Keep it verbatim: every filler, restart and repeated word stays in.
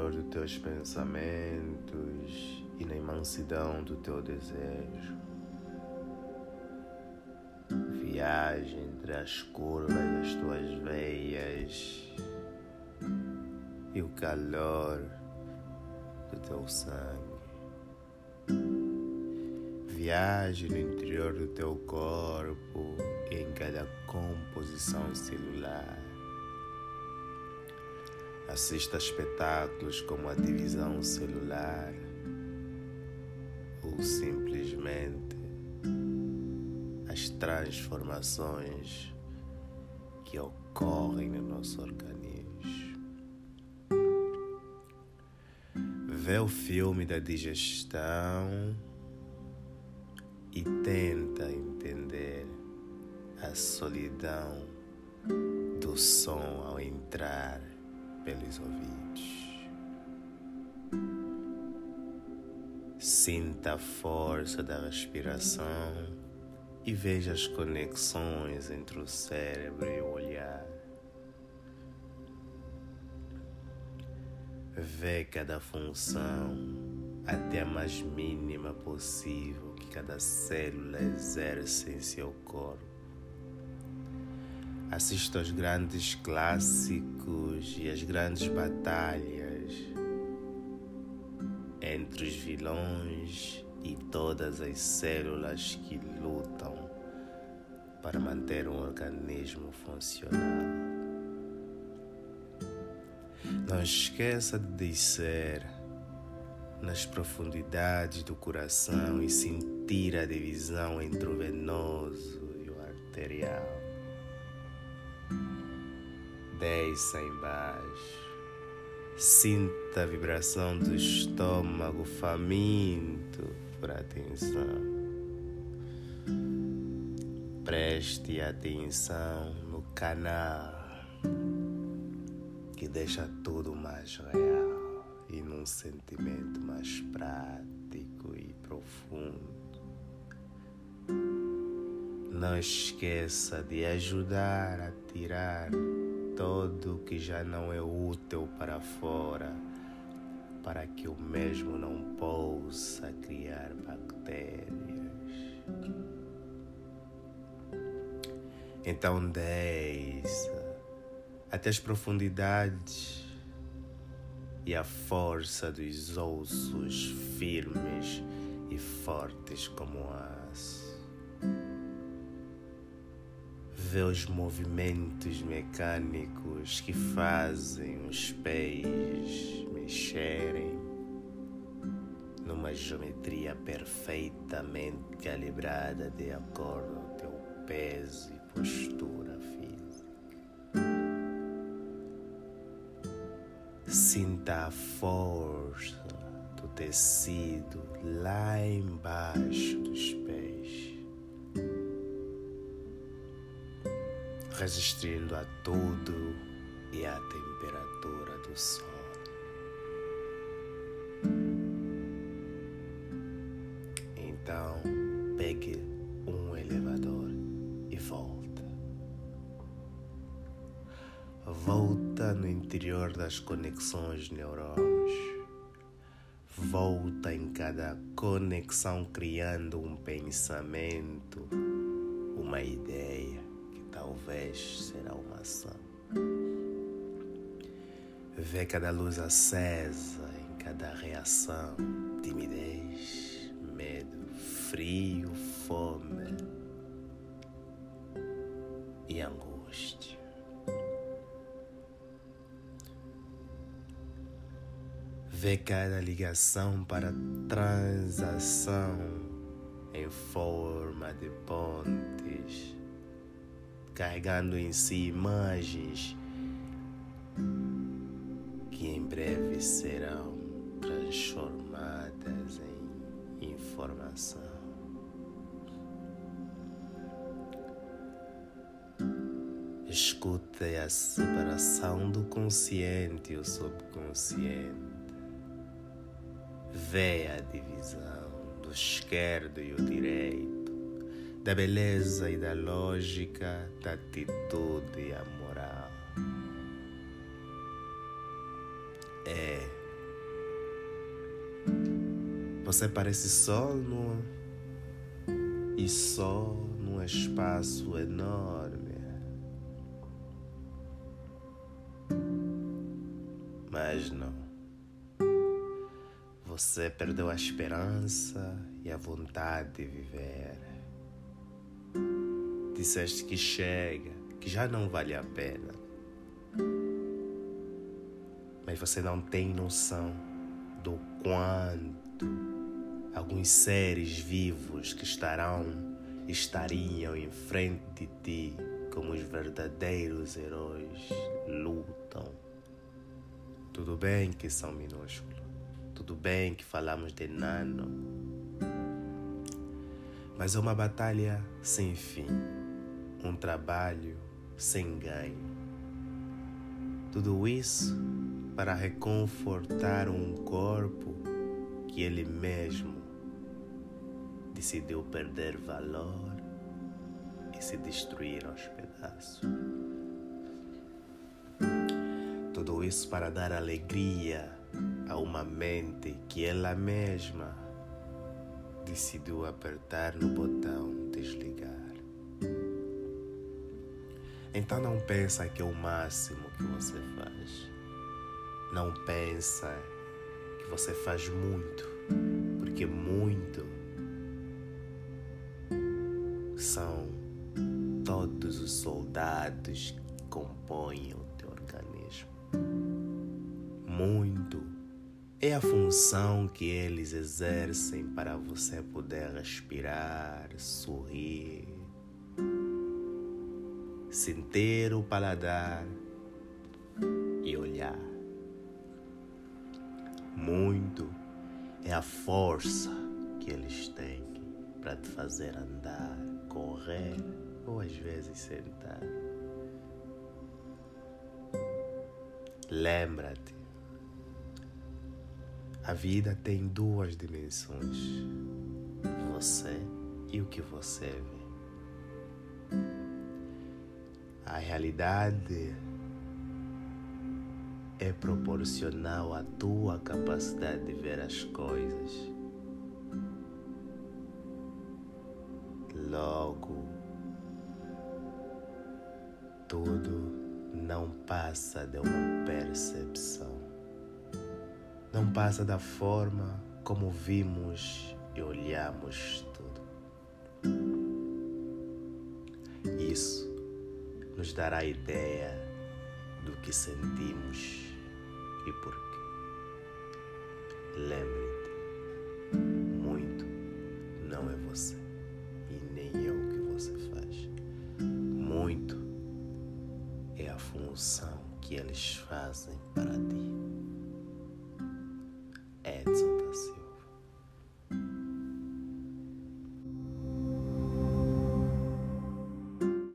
interior dos teus pensamentos e na imensidão do teu desejo. Viaja entre as curvas das tuas veias e o calor do teu sangue. Viaje no interior do teu corpo e em cada composição celular. Assista a espetáculos como a divisão celular ou simplesmente as transformações que ocorrem no nosso organismo. Vê o filme da digestão e tenta entender a solidão do som ao entrar pelos ouvidos. Sinta a força da respiração e veja as conexões entre o cérebro e o olhar. Vê cada função, até a mais mínima possível, que cada célula exerce em seu corpo. Assista aos grandes clássicos e às grandes batalhas entre os vilões e todas as células que lutam para manter um organismo funcional. Não esqueça de descer nas profundidades do coração e sentir a divisão entre o venoso e o arterial. Desça embaixo. Sinta a vibração do estômago faminto por atenção. Preste atenção no canal que deixa tudo mais real e num sentimento mais prático e profundo. Não esqueça de ajudar a tirar todo o que já não é útil para fora, para que o mesmo não possa criar bactérias. Então desça até as profundidades e a força dos ossos firmes e fortes como aço. Vê os movimentos mecânicos que fazem os pés mexerem numa geometria perfeitamente calibrada de acordo com o teu peso e postura física. Sinta a força do tecido lá embaixo dos pés, resistindo a tudo e à temperatura do sol. Então, pegue um elevador e volta. Volta no interior das conexões neurônios. Volta em cada conexão, criando um pensamento, uma ideia, que talvez será uma ação. Vê cada luz acesa em cada reação, timidez, medo, frio, fome e angústia. Vê cada ligação para transação em forma de pontes, carregando em si imagens que em breve serão transformadas em informação. Escute a separação do consciente e o subconsciente. Vê a divisão do esquerdo e o direito, da beleza e da lógica, da atitude e a moral. É Você parece sol no... e sol num espaço enorme. Mas não. Você perdeu a esperança e a vontade de viver. Disseste que chega, que já não vale a pena. Mas você não tem noção do quanto alguns seres vivos que estarão, estariam em frente de ti como os verdadeiros heróis lutam. Tudo bem que são minúsculos, tudo bem que falamos de nano, mas é uma batalha sem fim, um trabalho sem ganho. Tudo isso para reconfortar um corpo que ele mesmo decidiu perder valor e se destruir aos pedaços. Tudo isso para dar alegria a uma mente que ela mesma decidiu apertar no botão desligar. Então não pensa que é o máximo que você faz. Não pensa que você faz muito, porque muito são todos os soldados que compõem o teu organismo. Muito é a função que eles exercem para você poder respirar, sorrir, sentir o paladar e olhar. Muito é a força que eles têm para te fazer andar, correr ou às vezes sentar. Lembra-te, a vida tem duas dimensões, você e o que você vê. A realidade é proporcional à tua capacidade de ver as coisas. Logo, tudo não passa de uma percepção. Não passa da forma como vimos e olhamos tudo. Isso nos dará a ideia do que sentimos e porquê. Lembre-te, muito não é você e nem é o que você faz. Muito é a função que eles fazem para ti.